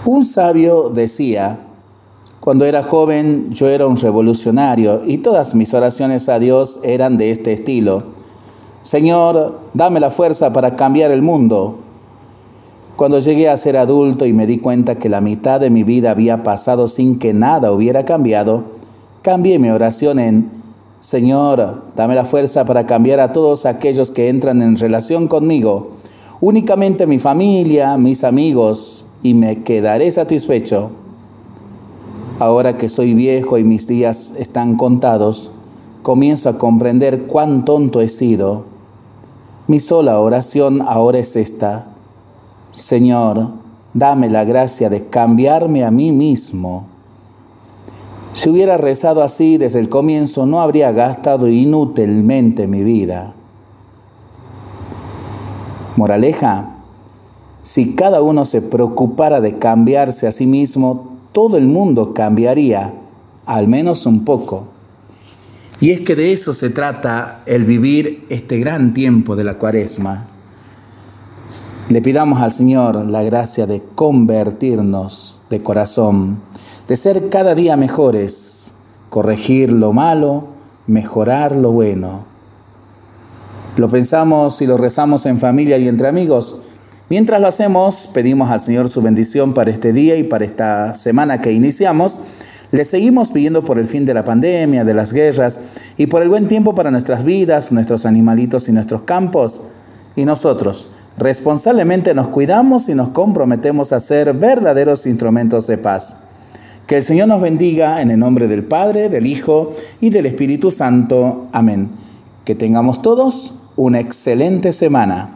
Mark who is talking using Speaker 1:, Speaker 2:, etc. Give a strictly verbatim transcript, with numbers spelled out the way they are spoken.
Speaker 1: Un sabio decía: cuando era joven yo era un revolucionario y todas mis oraciones a Dios eran de este estilo: Señor, dame la fuerza para cambiar el mundo. Cuando llegué a ser adulto y me di cuenta que la mitad de mi vida había pasado sin que nada hubiera cambiado, cambié mi oración en: Señor, dame la fuerza para cambiar a todos aquellos que entran en relación conmigo, únicamente mi familia, mis amigos, y me quedaré satisfecho. Ahora que soy viejo y mis días están contados, comienzo a comprender cuán tonto he sido. Mi sola oración ahora es esta: Señor, dame la gracia de cambiarme a mí mismo. Si hubiera rezado así desde el comienzo, no habría gastado inútilmente mi vida. Moraleja: si cada uno se preocupara de cambiarse a sí mismo, todo el mundo cambiaría, al menos un poco. Y es que de eso se trata el vivir este gran tiempo de la Cuaresma. Le pidamos al Señor la gracia de convertirnos de corazón, de ser cada día mejores, corregir lo malo, mejorar lo bueno. Lo pensamos y lo rezamos en familia y entre amigos. Mientras lo hacemos, pedimos al Señor su bendición para este día y para esta semana que iniciamos. Le seguimos pidiendo por el fin de la pandemia, de las guerras y por el buen tiempo para nuestras vidas, nuestros animalitos y nuestros campos. Y nosotros responsablemente nos cuidamos y nos comprometemos a ser verdaderos instrumentos de paz. Que el Señor nos bendiga en el nombre del Padre, del Hijo y del Espíritu Santo. Amén. Que tengamos todos una excelente semana.